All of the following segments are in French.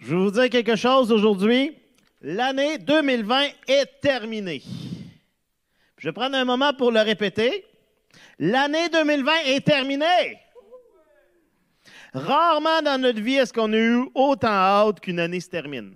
Je vais vous dire quelque chose aujourd'hui. L'année 2020 est terminée. Je vais prendre un moment pour le répéter. L'année 2020 est terminée. Rarement dans notre vie est-ce qu'on a eu autant hâte qu'une année se termine.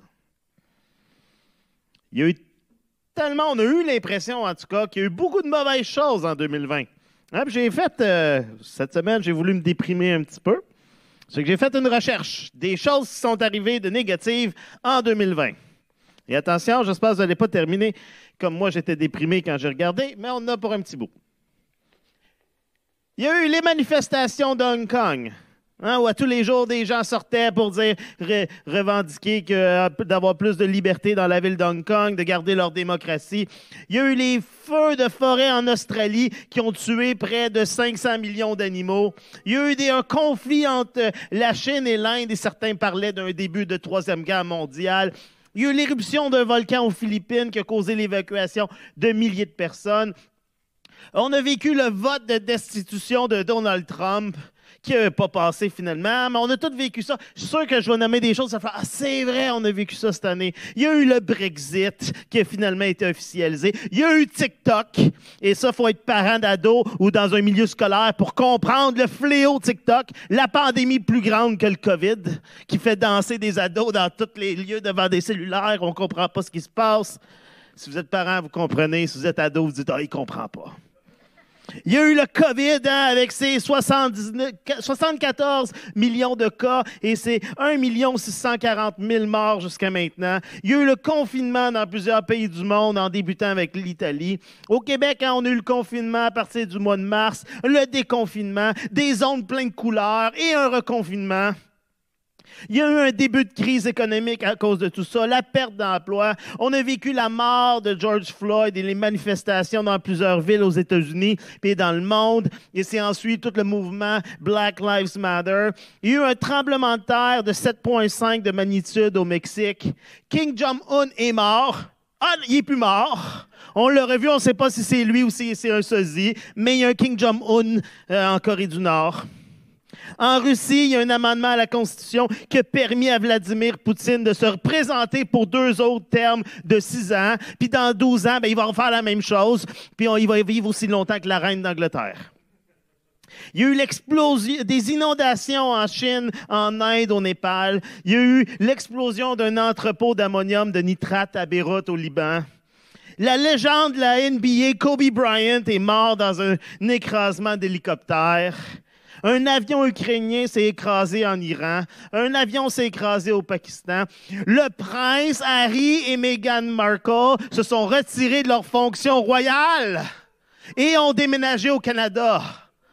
Il y a eu tellement, on a eu l'impression en tout cas qu'il y a eu beaucoup de mauvaises choses en 2020. Hein, j'ai fait, cette semaine, j'ai voulu me déprimer un petit peu. C'est que j'ai fait une recherche des choses qui sont arrivées de négatives en 2020. Et attention, j'espère que vous n'allez pas terminer comme moi j'étais déprimé quand j'ai regardé, mais on en a pour un petit bout. Il y a eu les manifestations de Hong Kong, hein, où à tous les jours des gens sortaient pour dire, revendiquer d'avoir plus de liberté dans la ville d'Hong Kong, de garder leur démocratie. Il y a eu les feux de forêt en Australie qui ont tué près de 500 millions d'animaux. Il y a eu un conflit entre la Chine et l'Inde et certains parlaient d'un début de Troisième Guerre mondiale. Il y a eu l'éruption d'un volcan aux Philippines qui a causé l'évacuation de milliers de personnes. On a vécu le vote de destitution de Donald Trump qui n'a pas passé finalement, mais on a tous vécu ça. Je suis sûr que je vais nommer des choses, ça fait « Ah, c'est vrai, on a vécu ça cette année. » Il y a eu le Brexit qui a finalement été officialisé. Il y a eu TikTok, et ça, il faut être parent d'ado ou dans un milieu scolaire pour comprendre le fléau TikTok, la pandémie plus grande que le COVID, qui fait danser des ados dans tous les lieux devant des cellulaires. On ne comprend pas ce qui se passe. Si vous êtes parent, vous comprenez. Si vous êtes ado, vous dites « Ah, il ne comprend pas. » Il y a eu le COVID avec ses 74 millions de cas et ses 1 640 000 morts jusqu'à maintenant. Il y a eu le confinement dans plusieurs pays du monde en débutant avec l'Italie. Au Québec, on a eu le confinement à partir du mois de mars, le déconfinement, des zones pleines de couleurs et un reconfinement. Il y a eu un début de crise économique à cause de tout ça, la perte d'emploi. On a vécu la mort de George Floyd et les manifestations dans plusieurs villes aux États-Unis et dans le monde. Et c'est ensuite tout le mouvement Black Lives Matter. Il y a eu un tremblement de terre de 7,5 de magnitude au Mexique. Kim Jong-un est mort. Ah, il n'est plus mort. On l'a revu, on ne sait pas si c'est lui ou si c'est un sosie, mais il y a un Kim Jong-un en Corée du Nord. En Russie, il y a un amendement à la Constitution qui a permis à Vladimir Poutine de se représenter pour 2 autres termes de 6 ans. Puis dans 12 ans, il va refaire la même chose. Puis il va vivre aussi longtemps que la reine d'Angleterre. Il y a eu l'explosion des inondations en Chine, en Inde, au Népal. Il y a eu l'explosion d'un entrepôt d'ammonium de nitrate à Beyrouth, au Liban. La légende de la NBA, Kobe Bryant, est mort dans un écrasement d'hélicoptère. Un avion ukrainien s'est écrasé en Iran. Un avion s'est écrasé au Pakistan. Le prince Harry et Meghan Markle se sont retirés de leurs fonctions royales et ont déménagé au Canada.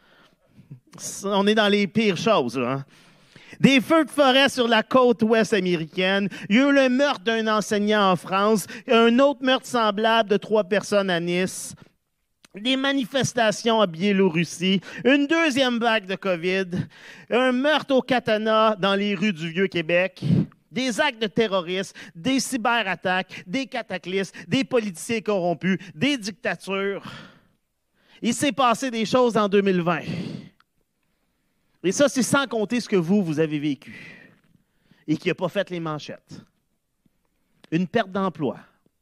On est dans les pires choses, là. Hein? Des feux de forêt sur la côte ouest américaine. Il y a eu le meurtre d'un enseignant en France. Un autre meurtre semblable de 3 personnes à Nice. Des manifestations en Biélorussie, une deuxième vague de COVID, un meurtre au katana dans les rues du Vieux-Québec, des actes de terrorisme, des cyberattaques, des cataclysmes, des politiciens corrompus, des dictatures. Il s'est passé des choses en 2020. Et ça, c'est sans compter ce que vous avez vécu et qui n'a pas fait les manchettes. Une perte d'emploi,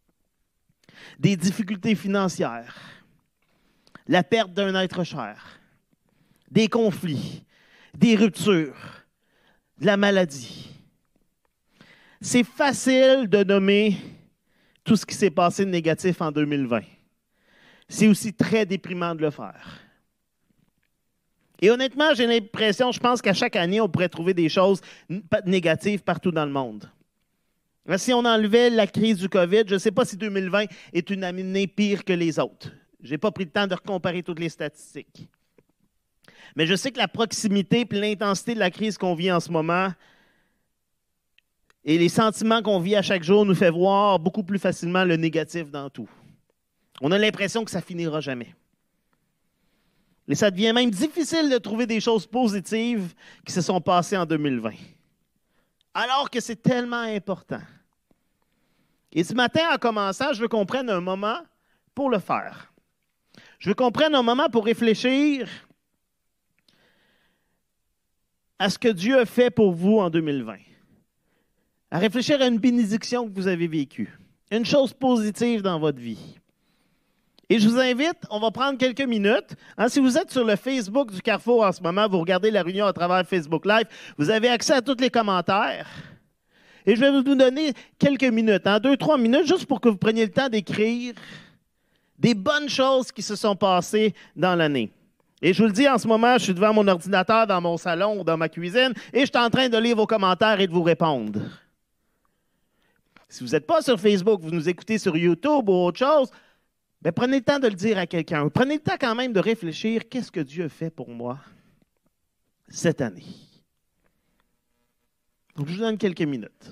des difficultés financières, la perte d'un être cher, des conflits, des ruptures, de la maladie. C'est facile de nommer tout ce qui s'est passé de négatif en 2020. C'est aussi très déprimant de le faire. Et honnêtement, j'ai l'impression, je pense qu'à chaque année, on pourrait trouver des choses négatives partout dans le monde. Si on enlevait la crise du COVID, je ne sais pas si 2020 est une année pire que les autres. Je n'ai pas pris le temps de recomparer toutes les statistiques. Mais je sais que la proximité et l'intensité de la crise qu'on vit en ce moment et les sentiments qu'on vit à chaque jour nous fait voir beaucoup plus facilement le négatif dans tout. On a l'impression que ça finira jamais. Et ça devient même difficile de trouver des choses positives qui se sont passées en 2020. Alors que c'est tellement important. Et ce matin, en commençant, je veux qu'on prenne un moment pour le faire. Je veux qu'on prenne un moment pour réfléchir à ce que Dieu a fait pour vous en 2020. à réfléchir à une bénédiction que vous avez vécue, une chose positive dans votre vie. Et je vous invite, on va prendre quelques minutes. Si vous êtes sur le Facebook du Carrefour en ce moment, vous regardez la réunion à travers Facebook Live, vous avez accès à tous les commentaires. Et je vais vous donner quelques minutes, 2-3 minutes, juste pour que vous preniez le temps d'écrire des bonnes choses qui se sont passées dans l'année. Et je vous le dis, en ce moment, je suis devant mon ordinateur dans mon salon ou dans ma cuisine et je suis en train de lire vos commentaires et de vous répondre. Si vous n'êtes pas sur Facebook, vous nous écoutez sur YouTube ou autre chose, bien, prenez le temps de le dire à quelqu'un. Prenez le temps quand même de réfléchir, qu'est-ce que Dieu a fait pour moi cette année? Donc, je vous donne quelques minutes.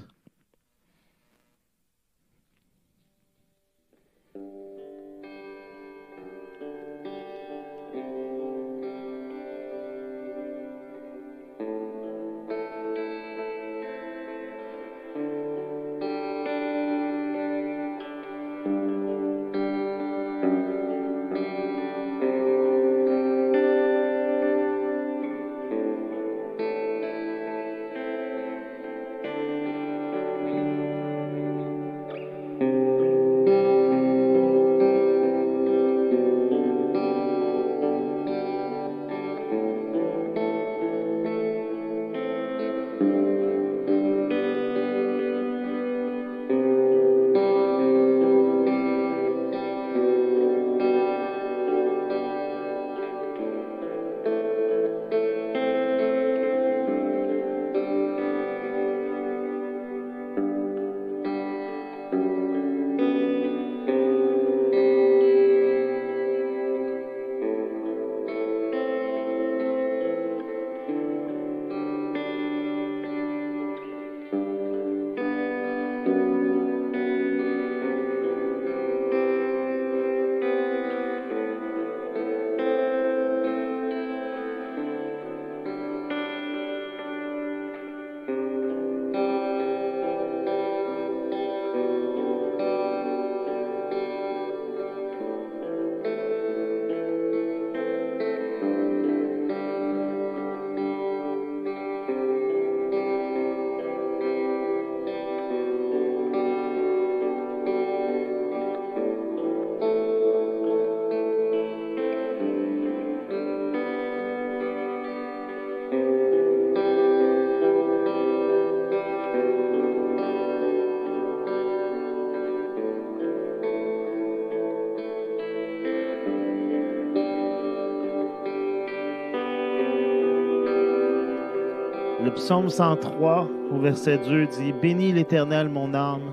Le psaume 103, au verset 2, dit « Bénis l'Éternel, mon âme,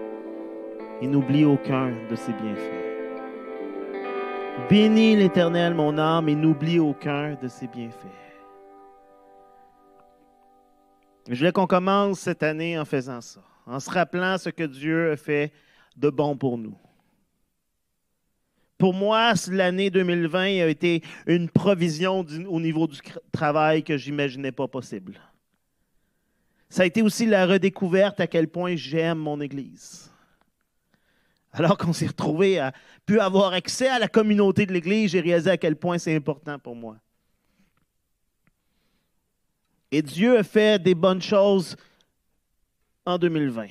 et n'oublie aucun de ses bienfaits. » Bénis l'Éternel, mon âme, et n'oublie aucun de ses bienfaits. Je voulais qu'on commence cette année en faisant ça, en se rappelant ce que Dieu a fait de bon pour nous. Pour moi, l'année 2020 a été une provision au niveau du travail que je n'imaginais pas possible. Ça a été aussi la redécouverte à quel point j'aime mon Église. Alors qu'on s'est retrouvé à pu avoir accès à la communauté de l'Église, j'ai réalisé à quel point c'est important pour moi. Et Dieu a fait des bonnes choses en 2020.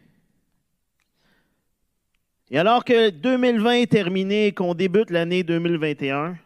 Et alors que 2020 est terminé et qu'on débute l'année 2021,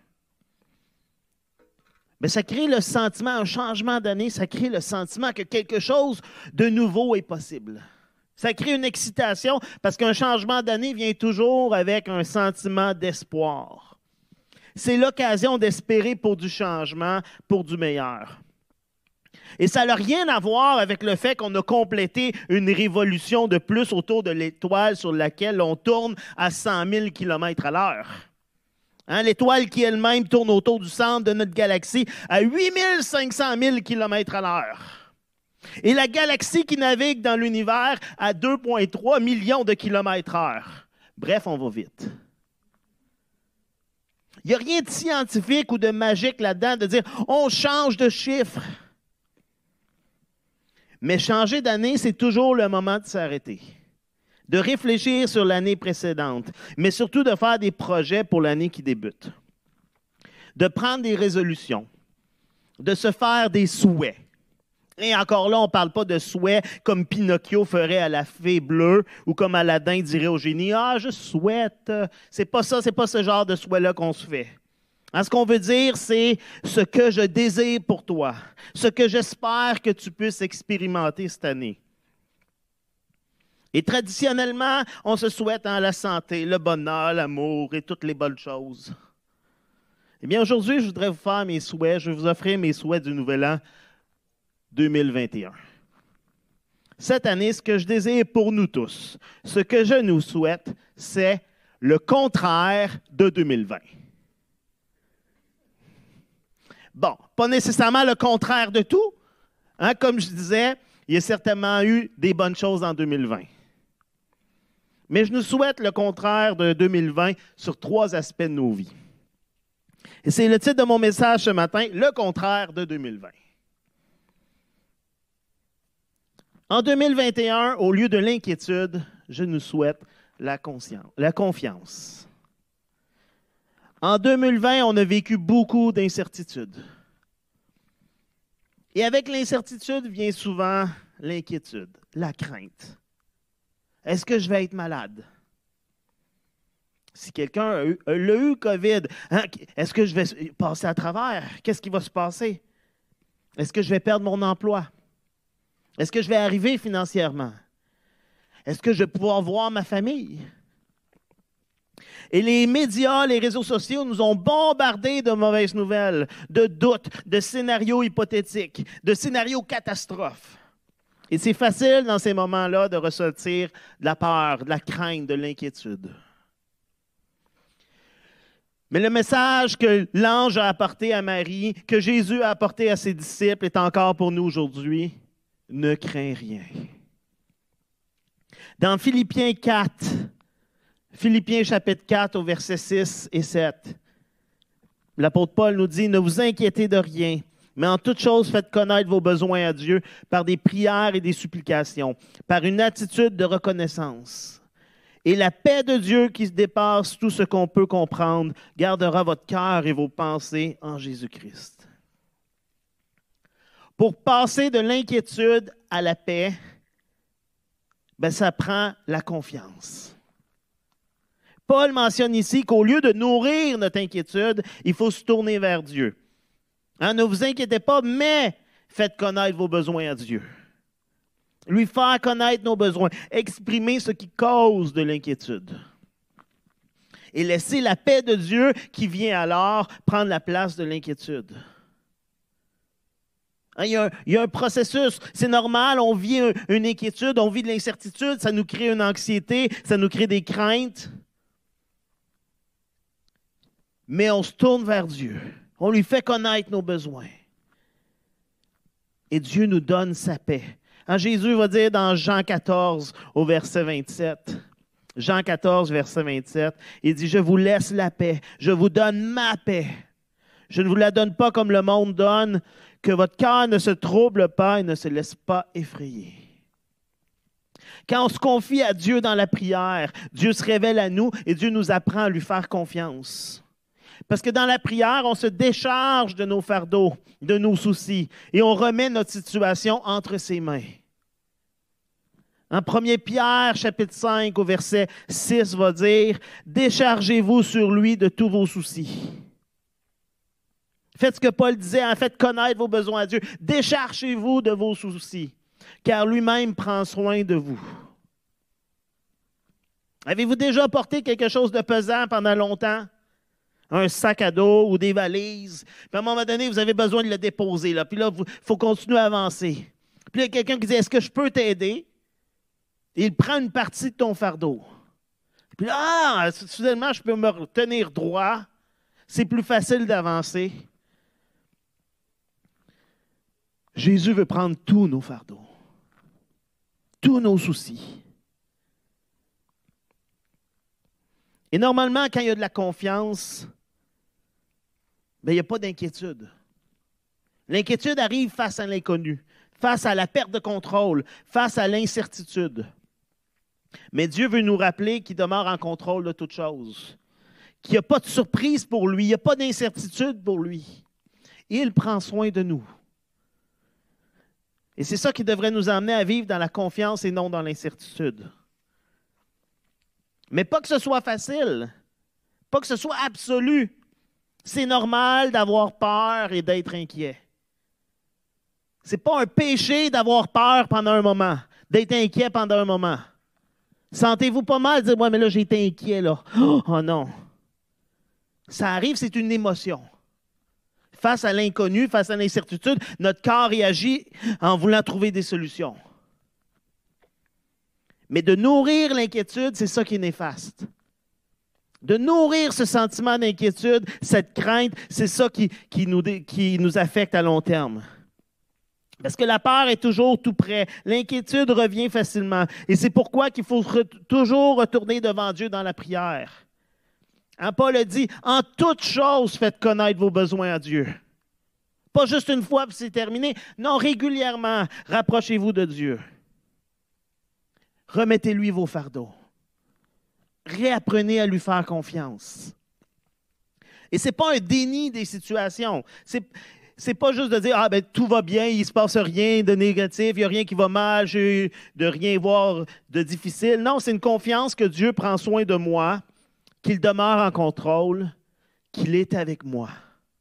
bien, ça crée le sentiment, un changement d'année, ça crée le sentiment que quelque chose de nouveau est possible. Ça crée une excitation parce qu'un changement d'année vient toujours avec un sentiment d'espoir. C'est l'occasion d'espérer pour du changement, pour du meilleur. Et ça n'a rien à voir avec le fait qu'on a complété une révolution de plus autour de l'étoile sur laquelle on tourne à 100 000 km à l'heure. L'étoile qui elle-même tourne autour du centre de notre galaxie à 8 500 000 km à l'heure. Et la galaxie qui navigue dans l'univers à 2,3 millions de kilomètres heure. Bref, on va vite. Il n'y a rien de scientifique ou de magique là-dedans de dire on change de chiffre. Mais changer d'année, c'est toujours le moment de s'arrêter, de réfléchir sur l'année précédente, mais surtout de faire des projets pour l'année qui débute, de prendre des résolutions, de se faire des souhaits, Et encore là, on ne parle pas de souhait comme Pinocchio ferait à la fée bleue ou comme Aladdin dirait au génie, « Ah, je souhaite. » C'est pas ça, c'est pas ce genre de souhait-là qu'on se fait. Hein, ce qu'on veut dire, c'est ce que je désire pour toi, ce que j'espère que tu puisses expérimenter cette année. Et traditionnellement, on se souhaite la santé, le bonheur, l'amour et toutes les bonnes choses. Eh bien, aujourd'hui, je voudrais vous faire mes souhaits, je vais vous offrir mes souhaits du Nouvel An 2021. Cette année, ce que je désire pour nous tous, ce que je nous souhaite, c'est le contraire de 2020. Bon, pas nécessairement le contraire de tout. Hein, comme je disais, il y a certainement eu des bonnes choses en 2020. Mais je nous souhaite le contraire de 2020 sur 3 aspects de nos vies. Et c'est le titre de mon message ce matin, le contraire de 2020. En 2021, au lieu de l'inquiétude, je nous souhaite la confiance. En 2020, on a vécu beaucoup d'incertitudes. Et avec l'incertitude vient souvent l'inquiétude, la crainte. Est-ce que je vais être malade? Si quelqu'un a eu COVID, hein, est-ce que je vais passer à travers? Qu'est-ce qui va se passer? Est-ce que je vais perdre mon emploi? Est-ce que je vais arriver financièrement? Est-ce que je vais pouvoir voir ma famille? Et les médias, les réseaux sociaux nous ont bombardés de mauvaises nouvelles, de doutes, de scénarios hypothétiques, de scénarios catastrophes. Et c'est facile dans ces moments-là de ressentir de la peur, de la crainte, de l'inquiétude. Mais le message que l'ange a apporté à Marie, que Jésus a apporté à ses disciples est encore pour nous aujourd'hui. Ne crains rien. Dans Philippiens 4, Philippiens chapitre 4 au verset 6 et 7, l'apôtre Paul nous dit « Ne vous inquiétez de rien, mais en toute chose faites connaître vos besoins à Dieu par des prières et des supplications, par une attitude de reconnaissance. Et la paix de Dieu qui dépasse tout ce qu'on peut comprendre gardera votre cœur et vos pensées en Jésus-Christ. » Pour passer de l'inquiétude à la paix, ça prend la confiance. Paul mentionne ici qu'au lieu de nourrir notre inquiétude, il faut se tourner vers Dieu. Hein, ne vous inquiétez pas, mais faites connaître vos besoins à Dieu. Lui faire connaître nos besoins, exprimer ce qui cause de l'inquiétude. Et laisser la paix de Dieu qui vient alors prendre la place de l'inquiétude. Hein, il y a un processus, c'est normal, on vit une inquiétude, on vit de l'incertitude, ça nous crée une anxiété, ça nous crée des craintes. Mais on se tourne vers Dieu, on lui fait connaître nos besoins. Et Dieu nous donne sa paix. Hein, Jésus va dire dans Jean 14 au verset 27, Jean 14, verset 27, il dit « Je vous laisse la paix, je vous donne ma paix. Je ne vous la donne pas comme le monde donne, que votre cœur ne se trouble pas et ne se laisse pas effrayer. » Quand on se confie à Dieu dans la prière, Dieu se révèle à nous et Dieu nous apprend à lui faire confiance. Parce que dans la prière, on se décharge de nos fardeaux, de nos soucis, et on remet notre situation entre ses mains. En 1 Pierre, chapitre 5, au verset 6, va dire « Déchargez-vous sur lui de tous vos soucis. » Faites ce que Paul disait, hein, faites connaître vos besoins à Dieu. Déchargez-vous de vos soucis, car lui-même prend soin de vous. Avez-vous déjà porté quelque chose de pesant pendant longtemps? Un sac à dos ou des valises. Puis à un moment donné, vous avez besoin de le déposer. Là. Puis là, il faut continuer à avancer. Puis il y a quelqu'un qui dit, est-ce que je peux t'aider? Et il prend une partie de ton fardeau. Puis là, soudainement, je peux me tenir droit. C'est plus facile d'avancer. Jésus veut prendre tous nos fardeaux, tous nos soucis. Et normalement, quand il y a de la confiance, il n'y a pas d'inquiétude. L'inquiétude arrive face à l'inconnu, face à la perte de contrôle, face à l'incertitude. Mais Dieu veut nous rappeler qu'il demeure en contrôle de toutes choses, qu'il n'y a pas de surprise pour lui, il n'y a pas d'incertitude pour lui. Il prend soin de nous. Et c'est ça qui devrait nous amener à vivre dans la confiance et non dans l'incertitude. Mais pas que ce soit facile, pas que ce soit absolu. C'est normal d'avoir peur et d'être inquiet. Ce n'est pas un péché d'avoir peur pendant un moment, d'être inquiet pendant un moment. Sentez-vous pas mal de dire « Ouais, mais là, j'ai été inquiet, là. » Oh non! Ça arrive, c'est une émotion. Face à l'inconnu, face à l'incertitude, notre corps réagit en voulant trouver des solutions. Mais de nourrir l'inquiétude, c'est ça qui est néfaste. De nourrir ce sentiment d'inquiétude, cette crainte, c'est ça qui nous affecte à long terme. Parce que la peur est toujours tout près. L'inquiétude revient facilement. Et c'est pourquoi qu'il faut toujours retourner devant Dieu dans la prière. Hein, Paul a dit, « En toute chose, faites connaître vos besoins à Dieu. » Pas juste une fois, puis c'est terminé. Non, régulièrement, rapprochez-vous de Dieu. Remettez-lui vos fardeaux. Réapprenez à lui faire confiance. Et ce n'est pas un déni des situations. C'est pas juste de dire « Ah, ben tout va bien, il ne se passe rien de négatif, il n'y a rien qui va mal, j'ai de rien voir de difficile. » Non, c'est une confiance que Dieu prend soin de moi, qu'il demeure en contrôle, qu'il est avec moi.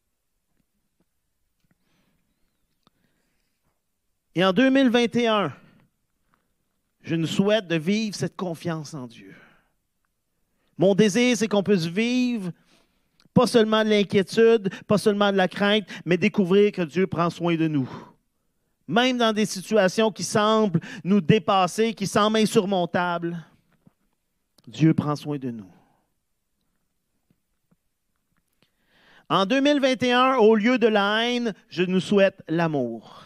Et en 2021, je nous souhaite de vivre cette confiance en Dieu. Mon désir, c'est qu'on puisse vivre pas seulement de l'inquiétude, pas seulement de la crainte, mais découvrir que Dieu prend soin de nous. Même dans des situations qui semblent nous dépasser, qui semblent insurmontables, Dieu prend soin de nous. En 2021, au lieu de la haine, je nous souhaite l'amour.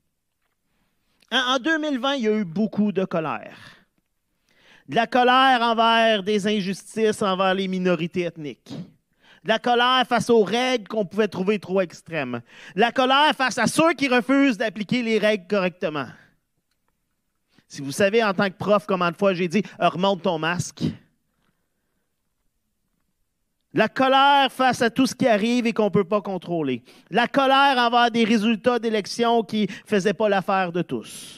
En 2020, il y a eu beaucoup de colère. De la colère envers des injustices envers les minorités ethniques. De la colère face aux règles qu'on pouvait trouver trop extrêmes. De la colère face à ceux qui refusent d'appliquer les règles correctement. Si vous savez, en tant que prof, combien de fois j'ai dit « remonte ton masque ». La colère face à tout ce qui arrive et qu'on ne peut pas contrôler. La colère envers des résultats d'élections qui ne faisaient pas l'affaire de tous.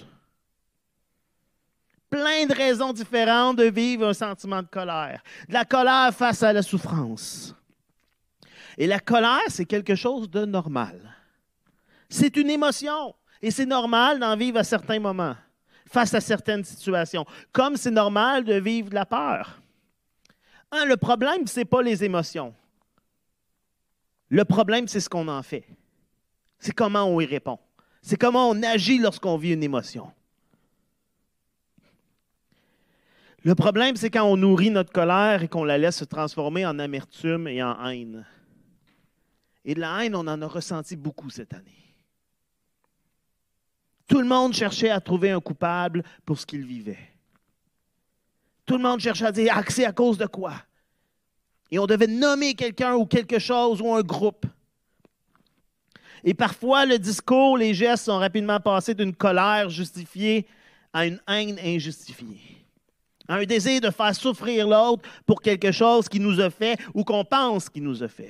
Plein de raisons différentes de vivre un sentiment de colère. De la colère face à la souffrance. Et la colère, c'est quelque chose de normal. C'est une émotion. Et c'est normal d'en vivre à certains moments, face à certaines situations. Comme c'est normal de vivre de la peur. Le problème, ce n'est pas les émotions. Le problème, c'est ce qu'on en fait. C'est comment on y répond. C'est comment on agit lorsqu'on vit une émotion. Le problème, c'est quand on nourrit notre colère et qu'on la laisse se transformer en amertume et en haine. Et de la haine, on en a ressenti beaucoup cette année. Tout le monde cherchait à trouver un coupable pour ce qu'il vivait. Tout le monde cherchait à dire « c'est à cause de quoi? » Et on devait nommer quelqu'un ou quelque chose ou un groupe. Et parfois, le discours, les gestes sont rapidement passés d'une colère justifiée à une haine injustifiée. À un désir de faire souffrir l'autre pour quelque chose qui nous a fait ou qu'on pense qu'il nous a fait.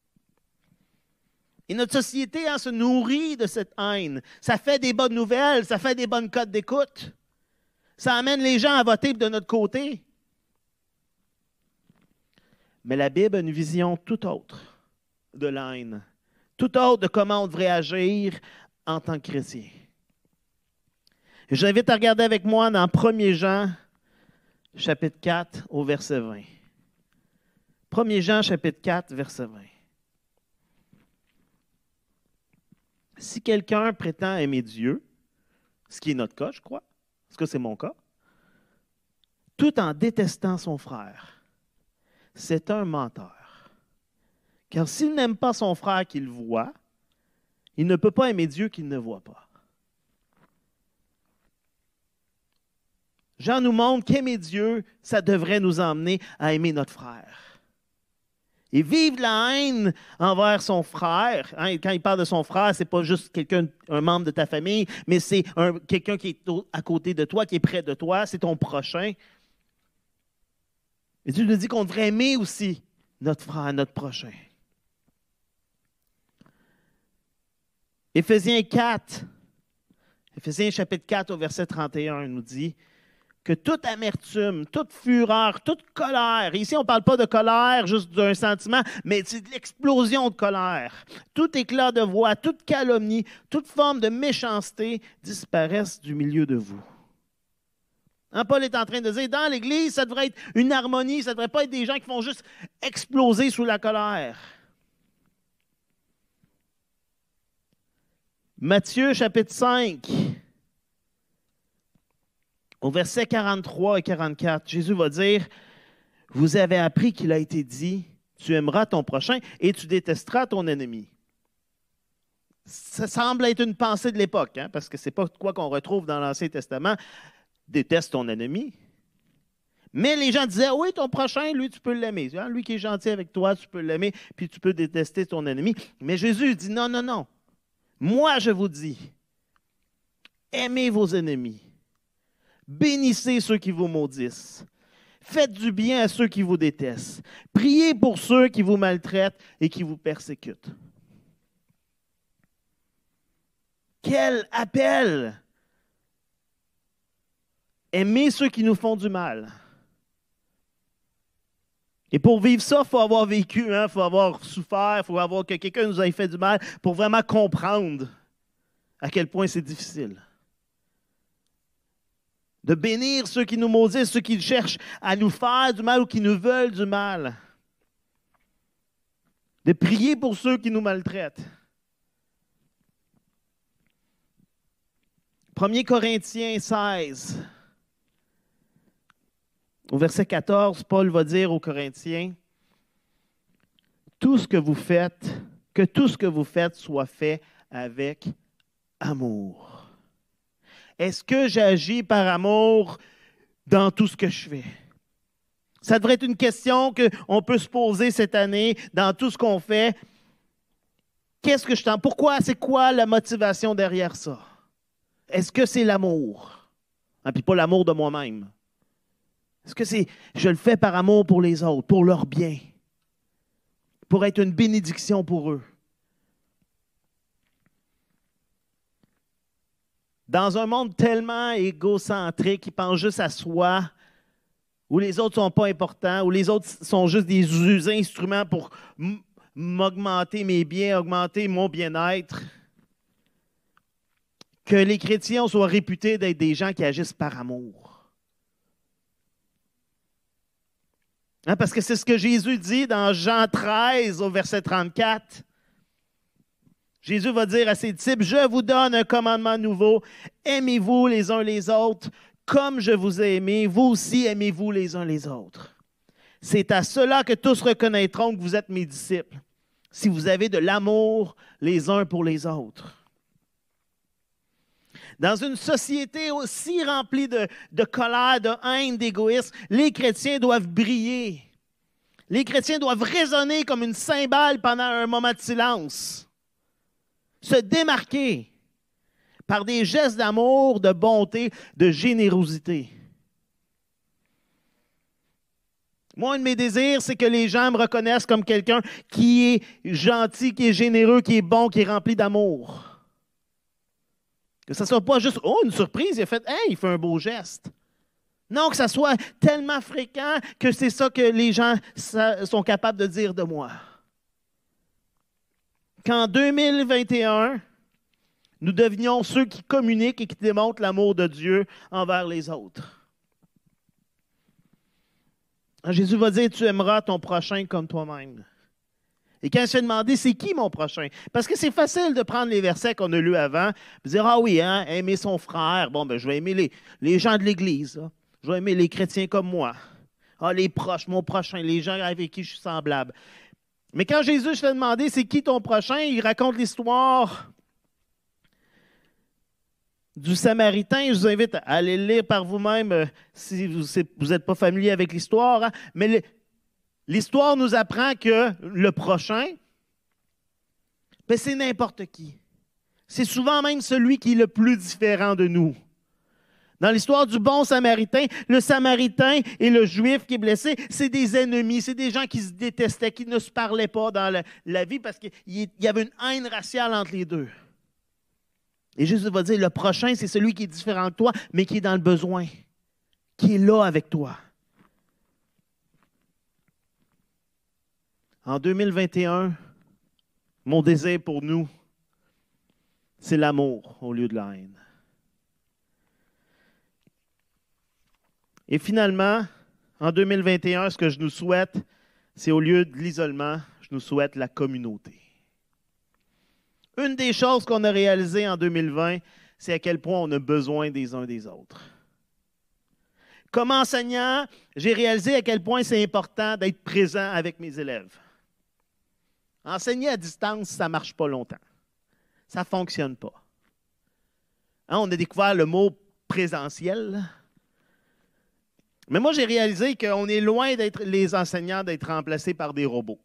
Et notre société se nourrit de cette haine. Ça fait des bonnes nouvelles, ça fait des bonnes cotes d'écoute. Ça amène les gens à voter de notre côté. Mais la Bible a une vision tout autre de la haine, tout autre de comment on devrait agir en tant que chrétien. J'invite à regarder avec moi dans 1 Jean, chapitre 4, au verset 20. 1 Jean, chapitre 4, verset 20. Si quelqu'un prétend aimer Dieu, ce qui est notre cas, je crois, parce que c'est mon cas, tout en détestant son frère, c'est un menteur. Car s'il n'aime pas son frère qu'il voit, il ne peut pas aimer Dieu qu'il ne voit pas. Jean nous montre qu'aimer Dieu, ça devrait nous emmener à aimer notre frère. Et vivre la haine envers son frère, hein, quand il parle de son frère, ce n'est pas juste quelqu'un, un membre de ta famille, mais c'est quelqu'un qui est à côté de toi, qui est près de toi, c'est ton prochain. Et Dieu nous dit qu'on devrait aimer aussi notre frère, notre prochain. Éphésiens Éphésiens chapitre 4 au verset 31 nous dit que toute amertume, toute fureur, toute colère, ici on ne parle pas de colère juste d'un sentiment, mais c'est de l'explosion de colère, tout éclat de voix, toute calomnie, toute forme de méchanceté disparaissent du milieu de vous. Hein, Paul est en train de dire, dans l'Église, ça devrait être une harmonie, ça ne devrait pas être des gens qui font juste exploser sous la colère. Matthieu chapitre 5, au verset 43 et 44, Jésus va dire, « Vous avez appris qu'il a été dit, tu aimeras ton prochain et tu détesteras ton ennemi. » Ça semble être une pensée de l'époque, hein, parce que ce n'est pas quoi qu'on retrouve dans l'Ancien Testament. Déteste ton ennemi. Mais les gens disaient, oui, ton prochain, lui, tu peux l'aimer. Lui qui est gentil avec toi, tu peux l'aimer, puis tu peux détester ton ennemi. Mais Jésus dit, non, non, non. Moi, je vous dis, aimez vos ennemis. Bénissez ceux qui vous maudissent. Faites du bien à ceux qui vous détestent. Priez pour ceux qui vous maltraitent et qui vous persécutent. Quel appel! Aimez ceux qui nous font du mal. Et pour vivre ça, il faut avoir vécu, il faut avoir souffert, il faut avoir que quelqu'un nous ait fait du mal pour vraiment comprendre à quel point c'est difficile. De bénir ceux qui nous maudissent, ceux qui cherchent à nous faire du mal ou qui nous veulent du mal. De prier pour ceux qui nous maltraitent. 1 Corinthiens 16, au verset 14, Paul va dire aux Corinthiens, que tout ce que vous faites soit fait avec amour. Est-ce que j'agis par amour dans tout ce que je fais? Ça devrait être une question qu'on peut se poser cette année dans tout ce qu'on fait. Qu'est-ce que je t'en... Pourquoi? C'est quoi la motivation derrière ça? Est-ce que c'est l'amour? Puis pas l'amour de moi-même. Est-ce que c'est... Je le fais par amour pour les autres, pour leur bien, pour être une bénédiction pour eux? Dans un monde tellement égocentrique qui pense juste à soi, où les autres ne sont pas importants, où les autres sont juste des instruments pour m'augmenter mes biens, augmenter mon bien-être, que les chrétiens soient réputés d'être des gens qui agissent par amour. Parce que c'est ce que Jésus dit dans Jean 13 au verset 34. Jésus va dire à ses disciples, « Je vous donne un commandement nouveau, aimez-vous les uns les autres, comme je vous ai aimé, vous aussi aimez-vous les uns les autres. C'est à cela que tous reconnaîtront que vous êtes mes disciples, si vous avez de l'amour les uns pour les autres. » Dans une société aussi remplie de colère, de haine, d'égoïsme, les chrétiens doivent briller. Les chrétiens doivent résonner comme une cymbale pendant un moment de silence. Se démarquer par des gestes d'amour, de bonté, de générosité. Moi, un de mes désirs, c'est que les gens me reconnaissent comme quelqu'un qui est gentil, qui est généreux, qui est bon, qui est rempli d'amour. Que ça ne soit pas juste « Oh, une surprise, il a fait, hey, il fait un beau geste ». Non, que ça soit tellement fréquent que c'est ça que les gens sont capables de dire de moi. Qu'en 2021, nous devenions ceux qui communiquent et qui démontrent l'amour de Dieu envers les autres. Jésus va dire, tu aimeras ton prochain comme toi-même. Et quand je vais demander, c'est qui mon prochain? Parce que c'est facile de prendre les versets qu'on a lus avant et dire, ah oui, aimer son frère. Bon, ben, je vais aimer les gens de l'Église. Là. Je vais aimer les chrétiens comme moi. Ah, les proches, mon prochain, les gens avec qui je suis semblable. Mais quand Jésus se fait demander c'est qui ton prochain, il raconte l'histoire du Samaritain. Je vous invite à aller le lire par vous-même si vous n'êtes pas familier avec l'histoire. Hein. Mais l'histoire nous apprend que le prochain, ben, c'est n'importe qui. C'est souvent même celui qui est le plus différent de nous. Dans l'histoire du bon Samaritain, le Samaritain et le Juif qui est blessé, c'est des ennemis, c'est des gens qui se détestaient, qui ne se parlaient pas dans la vie parce qu'il y avait une haine raciale entre les deux. Et Jésus va dire, le prochain, c'est celui qui est différent de toi, mais qui est dans le besoin, qui est là avec toi. En 2021, mon désir pour nous, c'est l'amour au lieu de la haine. Et finalement, en 2021, ce que je nous souhaite, c'est au lieu de l'isolement, je nous souhaite la communauté. Une des choses qu'on a réalisées en 2020, c'est à quel point on a besoin des uns des autres. Comme enseignant, j'ai réalisé à quel point c'est important d'être présent avec mes élèves. Enseigner à distance, ça ne marche pas longtemps. Ça ne fonctionne pas. Hein, on a découvert le mot présentiel. Mais moi, j'ai réalisé qu'on est loin d'être les enseignants d'être remplacés par des robots.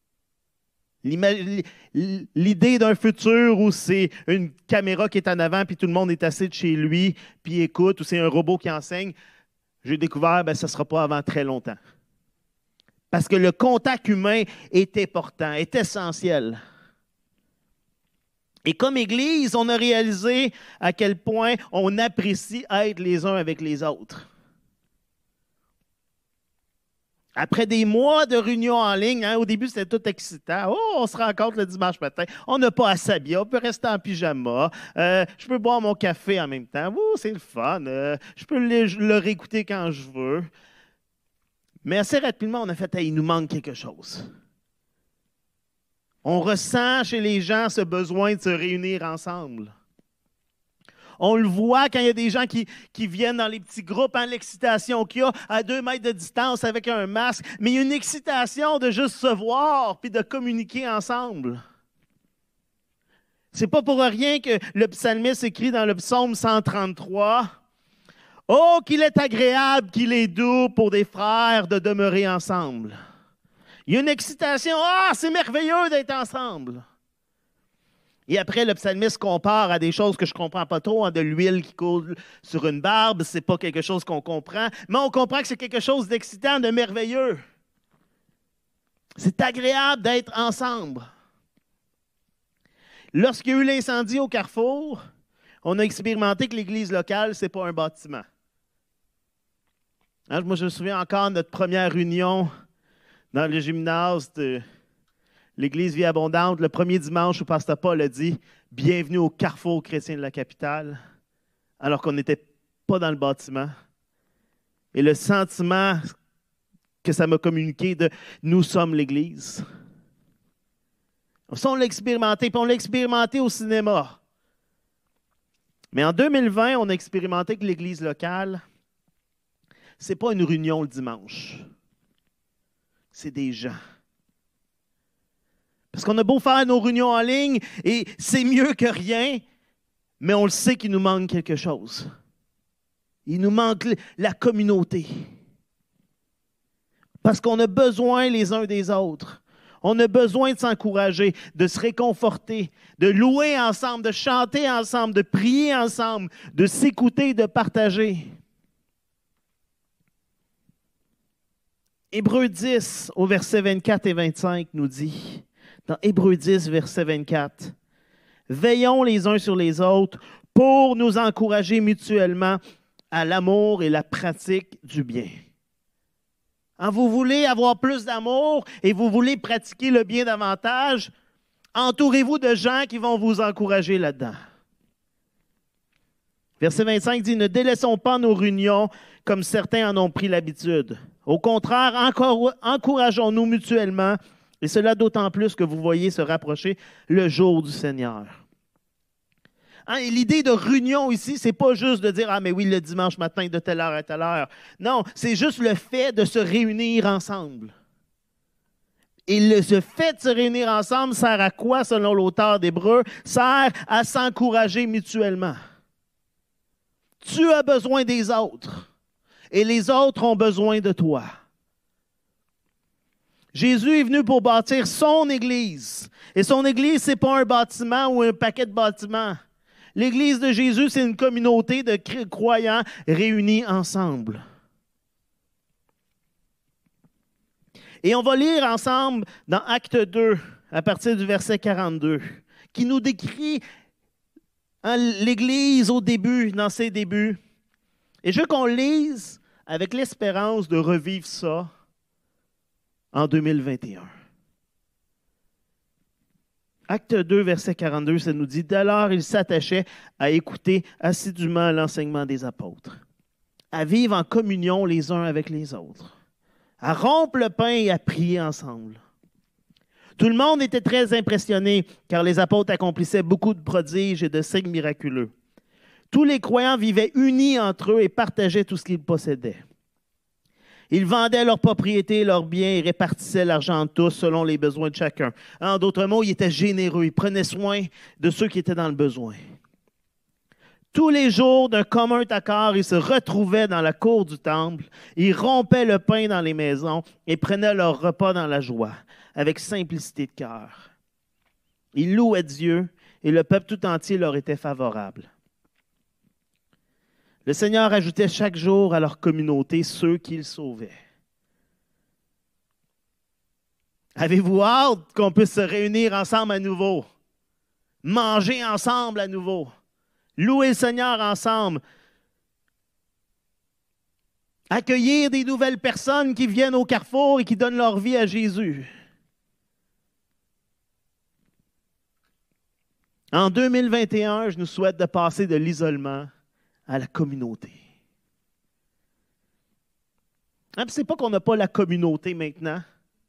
L'idée d'un futur où c'est une caméra qui est en avant, puis tout le monde est assis de chez lui, puis écoute, ou c'est un robot qui enseigne, j'ai découvert que ça ne sera pas avant très longtemps. Parce que le contact humain est important, est essentiel. Et comme Église, on a réalisé à quel point on apprécie être les uns avec les autres. Après des mois de réunions en ligne, au début, c'était tout excitant. Oh, on se rencontre le dimanche matin. On n'a pas à s'habiller. On peut rester en pyjama. Je peux boire mon café en même temps. Oh, c'est le fun. Je peux le réécouter quand je veux. Mais assez rapidement, on a fait, il nous manque quelque chose. On ressent chez les gens ce besoin de se réunir ensemble. On le voit quand il y a des gens qui viennent dans les petits groupes, l'excitation qu'il y a à 2 mètres de distance avec un masque, mais il y a une excitation de juste se voir puis de communiquer ensemble. C'est pas pour rien que le psalmiste écrit dans le psaume 133, « Oh, qu'il est agréable, qu'il est doux pour des frères de demeurer ensemble. » Il y a une excitation, « Ah, c'est merveilleux d'être ensemble. » Et après, le psalmiste compare à des choses que je ne comprends pas trop, de l'huile qui coule sur une barbe, ce n'est pas quelque chose qu'on comprend, mais on comprend que c'est quelque chose d'excitant, de merveilleux. C'est agréable d'être ensemble. Lorsqu'il y a eu l'incendie au Carrefour, on a expérimenté que l'église locale, ce n'est pas un bâtiment. Hein, moi, je me souviens encore de notre première réunion dans le gymnase de l'Église Vie Abondante, le premier dimanche où Pasteur Paul a dit « Bienvenue au Carrefour chrétien de la capitale », alors qu'on n'était pas dans le bâtiment. Et le sentiment que ça m'a communiqué de « Nous sommes l'Église ». Ça, on l'a expérimenté, puis on l'a expérimenté au cinéma. Mais en 2020, on a expérimenté que l'Église locale, ce n'est pas une réunion le dimanche. C'est des gens. Parce qu'on a beau faire nos réunions en ligne, et c'est mieux que rien, mais on le sait qu'il nous manque quelque chose. Il nous manque la communauté. Parce qu'on a besoin les uns des autres. On a besoin de s'encourager, de se réconforter, de louer ensemble, de chanter ensemble, de prier ensemble, de s'écouter, de partager. Hébreux 10, au verset 24 et 25, nous dit, dans Hébreux 10, verset 24, « Veillons les uns sur les autres pour nous encourager mutuellement à l'amour et la pratique du bien. » Hein, vous voulez avoir plus d'amour et vous voulez pratiquer le bien davantage, entourez-vous de gens qui vont vous encourager là-dedans. Verset 25 dit, « Ne délaissons pas nos réunions comme certains en ont pris l'habitude. Au contraire, encourageons-nous mutuellement, et cela d'autant plus que vous voyez se rapprocher le jour du Seigneur. » Hein, et l'idée de réunion ici, ce n'est pas juste de dire « Ah, mais oui, le dimanche matin, de telle heure à telle heure. » Non, c'est juste le fait de se réunir ensemble. Et ce fait de se réunir ensemble sert à quoi, selon l'auteur d'Hébreux? Sert à s'encourager mutuellement. Tu as besoin des autres, et les autres ont besoin de toi. Jésus est venu pour bâtir son Église. Et son Église, ce n'est pas un bâtiment ou un paquet de bâtiments. L'Église de Jésus, c'est une communauté de croyants réunis ensemble. Et on va lire ensemble dans Acte 2, à partir du verset 42, qui nous décrit Hein, l'Église au début, dans ses débuts. Et je veux qu'on lise avec l'espérance de revivre ça en 2021. Acte 2, verset 42, ça nous dit « Dès lors, ils s'attachaient à écouter assidûment l'enseignement des apôtres, à vivre en communion les uns avec les autres, à rompre le pain et à prier ensemble. » Tout le monde était très impressionné, car les apôtres accomplissaient beaucoup de prodiges et de signes miraculeux. Tous les croyants vivaient unis entre eux et partageaient tout ce qu'ils possédaient. Ils vendaient leurs propriétés, leurs biens et répartissaient l'argent de tous selon les besoins de chacun. En d'autres mots, ils étaient généreux. Ils prenaient soin de ceux qui étaient dans le besoin. Tous les jours, d'un commun accord, ils se retrouvaient dans la cour du temple. Ils rompaient le pain dans les maisons et prenaient leur repas dans la joie, avec simplicité de cœur. Ils louaient Dieu et le peuple tout entier leur était favorable. Le Seigneur ajoutait chaque jour à leur communauté ceux qu'il sauvait. Avez-vous hâte qu'on puisse se réunir ensemble à nouveau? Manger ensemble à nouveau? Louer le Seigneur ensemble? Accueillir des nouvelles personnes qui viennent au carrefour et qui donnent leur vie à Jésus? En 2021, je nous souhaite de passer de l'isolement à la communauté. Hein, c'est pas qu'on n'a pas la communauté maintenant.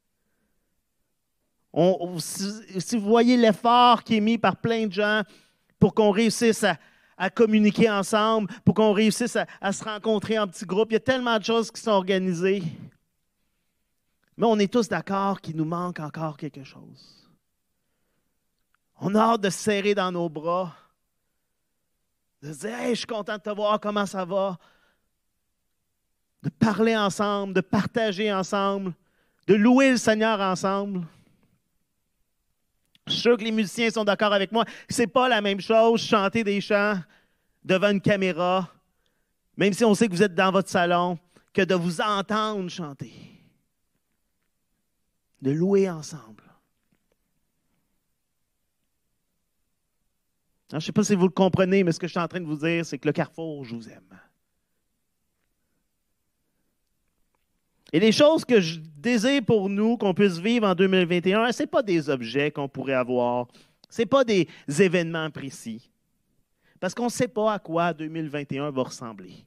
Si vous voyez l'effort qui est mis par plein de gens pour qu'on réussisse à communiquer ensemble, pour qu'on réussisse à se rencontrer en petits groupes, il y a tellement de choses qui sont organisées. Mais on est tous d'accord qu'il nous manque encore quelque chose. On a hâte de se serrer dans nos bras, de se dire « Hey, je suis content de te voir, comment ça va? » De parler ensemble, de partager ensemble, de louer le Seigneur ensemble. Je suis sûr que les musiciens sont d'accord avec moi. Ce n'est pas la même chose chanter des chants devant une caméra, même si on sait que vous êtes dans votre salon, que de vous entendre chanter. De louer ensemble. Je ne sais pas si vous le comprenez, mais ce que je suis en train de vous dire, c'est que le Carrefour, je vous aime. Et les choses que je désire pour nous, qu'on puisse vivre en 2021, ce n'est pas des objets qu'on pourrait avoir. Ce n'est pas des événements précis. Parce qu'on ne sait pas à quoi 2021 va ressembler.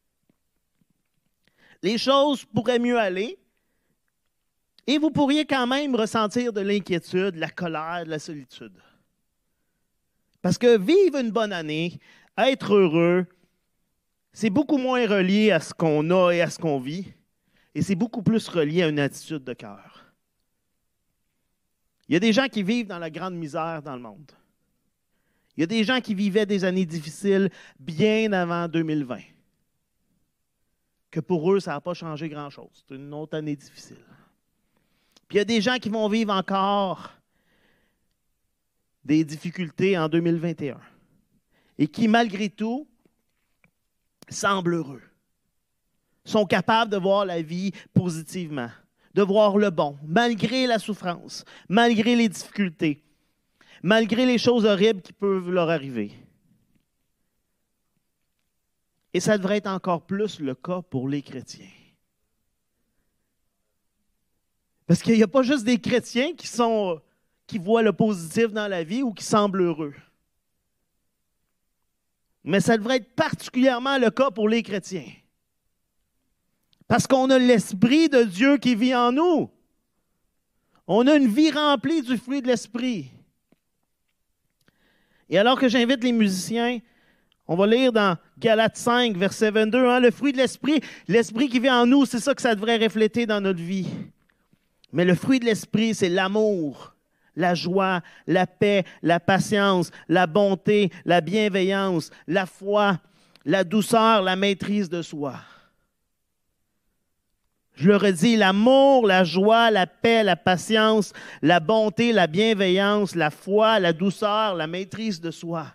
Les choses pourraient mieux aller et vous pourriez quand même ressentir de l'inquiétude, de la colère, de la solitude. Parce que vivre une bonne année, être heureux, c'est beaucoup moins relié à ce qu'on a et à ce qu'on vit. Et c'est beaucoup plus relié à une attitude de cœur. Il y a des gens qui vivent dans la grande misère dans le monde. Il y a des gens qui vivaient des années difficiles bien avant 2020. Que pour eux, ça n'a pas changé grand-chose. C'est une autre année difficile. Puis il y a des gens qui vont vivre encore des difficultés en 2021 et qui, malgré tout, semblent heureux. Sont capables de voir la vie positivement, de voir le bon, malgré la souffrance, malgré les difficultés, malgré les choses horribles qui peuvent leur arriver. Et ça devrait être encore plus le cas pour les chrétiens. Parce qu'il n'y a pas juste des chrétiens qui voient le positif dans la vie ou qui semblent heureux. Mais ça devrait être particulièrement le cas pour les chrétiens. Parce qu'on a l'Esprit de Dieu qui vit en nous. On a une vie remplie du fruit de l'Esprit. Et alors que j'invite les musiciens, on va lire dans Galates 5, verset 22, le fruit de l'Esprit qui vit en nous, c'est ça que ça devrait refléter dans notre vie. Mais le fruit de l'Esprit, c'est l'amour, la joie, la paix, la patience, la bonté, la bienveillance, la foi, la douceur, la maîtrise de soi. Je le redis, l'amour, la joie, la paix, la patience, la bonté, la bienveillance, la foi, la douceur, la maîtrise de soi.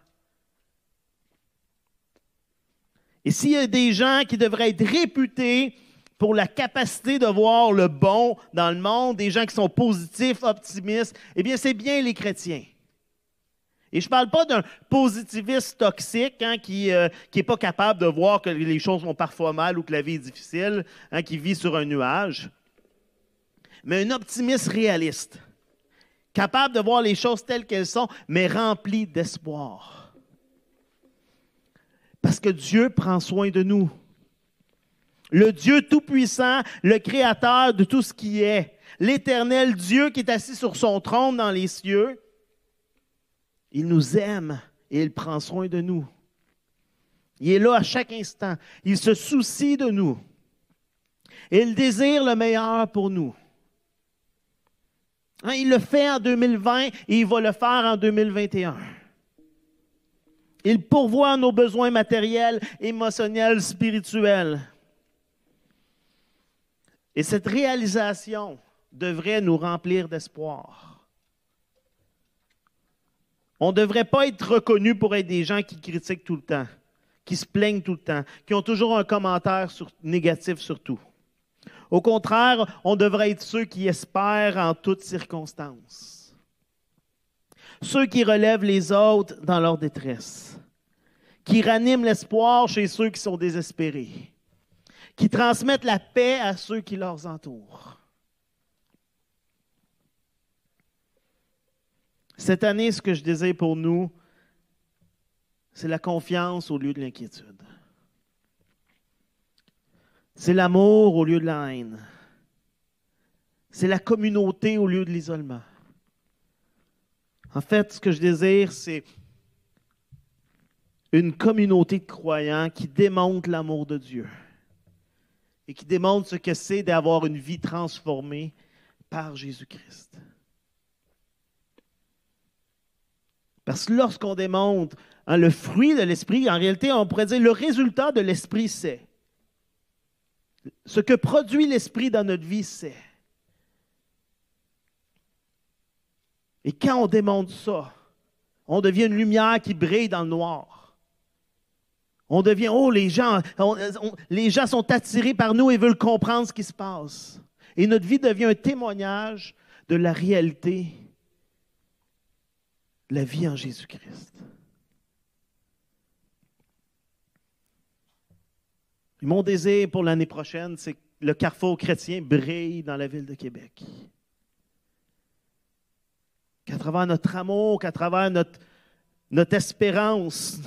Et s'il y a des gens qui devraient être réputés pour la capacité de voir le bon dans le monde, des gens qui sont positifs, optimistes, eh bien, c'est bien les chrétiens. Et je ne parle pas d'un positiviste toxique qui n'est pas capable de voir que les choses vont parfois mal ou que la vie est difficile, qui vit sur un nuage. Mais un optimiste réaliste, capable de voir les choses telles qu'elles sont, mais rempli d'espoir. Parce que Dieu prend soin de nous. Le Dieu tout-puissant, le créateur de tout ce qui est, l'éternel Dieu qui est assis sur son trône dans les cieux, il nous aime et il prend soin de nous. Il est là à chaque instant. Il se soucie de nous. Et il désire le meilleur pour nous. Il le fait en 2020 et il va le faire en 2021. Il pourvoit à nos besoins matériels, émotionnels, spirituels. Et cette réalisation devrait nous remplir d'espoir. On ne devrait pas être reconnu pour être des gens qui critiquent tout le temps, qui se plaignent tout le temps, qui ont toujours un commentaire négatif sur tout. Au contraire, on devrait être ceux qui espèrent en toutes circonstances. Ceux qui relèvent les autres dans leur détresse, qui raniment l'espoir chez ceux qui sont désespérés, qui transmettent la paix à ceux qui leur entourent. Cette année, ce que je désire pour nous, c'est la confiance au lieu de l'inquiétude. C'est l'amour au lieu de la haine. C'est la communauté au lieu de l'isolement. En fait, ce que je désire, c'est une communauté de croyants qui démontre l'amour de Dieu et qui démontre ce que c'est d'avoir une vie transformée par Jésus-Christ. Parce que lorsqu'on démontre le fruit de l'Esprit, en réalité, on pourrait dire le résultat de l'Esprit, c'est. Ce que produit l'Esprit dans notre vie, c'est. Et quand on démontre ça, on devient une lumière qui brille dans le noir. On devient, les gens sont attirés par nous et veulent comprendre ce qui se passe. Et notre vie devient un témoignage de la réalité de la vie en Jésus-Christ. Et mon désir pour l'année prochaine, c'est que le carrefour chrétien brille dans la ville de Québec. Qu'à travers notre amour, qu'à travers notre espérance,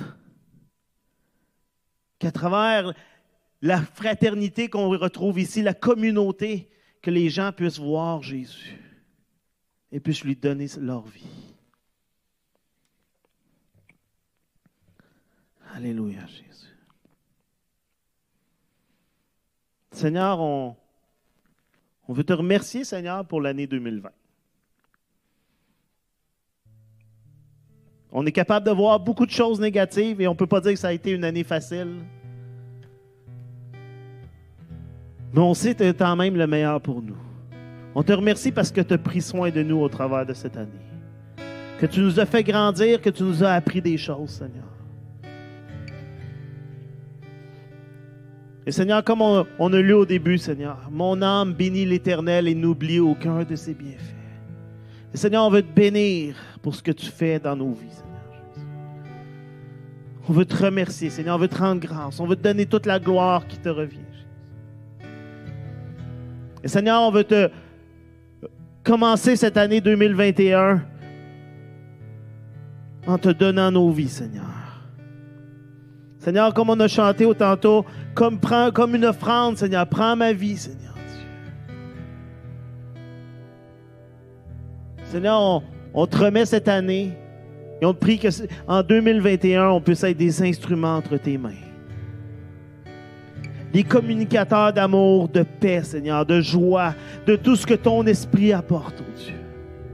qu'à travers la fraternité qu'on retrouve ici, la communauté, que les gens puissent voir Jésus et puissent lui donner leur vie. Alléluia, Jésus. Seigneur, on veut te remercier, Seigneur, pour l'année 2020. On est capable de voir beaucoup de choses négatives et on ne peut pas dire que ça a été une année facile. Mais on sait que tu es quand même le meilleur pour nous. On te remercie parce que tu as pris soin de nous au travers de cette année. Que tu nous as fait grandir, que tu nous as appris des choses, Seigneur. Et Seigneur, comme on a lu au début, Seigneur, mon âme bénit l'Éternel et n'oublie aucun de ses bienfaits. Et Seigneur, on veut te bénir pour ce que tu fais dans nos vies, Seigneur Jésus. On veut te remercier, Seigneur, on veut te rendre grâce, on veut te donner toute la gloire qui te revient, Jésus. Et Seigneur, on veut te commencer cette année 2021 en te donnant nos vies, Seigneur. Seigneur, comme on a chanté au tantôt, comme une offrande, Seigneur, prends ma vie, Seigneur Dieu. Seigneur, on te remet cette année et on te prie qu'en 2021, on puisse être des instruments entre tes mains. Des communicateurs d'amour, de paix, Seigneur, de joie, de tout ce que ton esprit apporte, oh Dieu.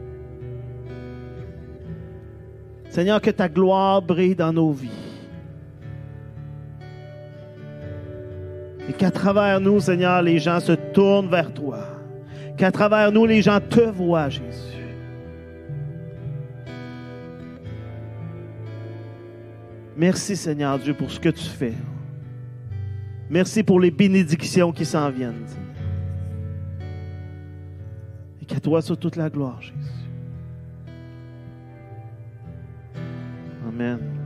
Seigneur, que ta gloire brille dans nos vies. Et qu'à travers nous, Seigneur, les gens se tournent vers toi. Qu'à travers nous, les gens te voient, Jésus. Merci, Seigneur Dieu, pour ce que tu fais. Merci pour les bénédictions qui s'en viennent, Seigneur. Et qu'à toi soit toute la gloire, Jésus. Amen.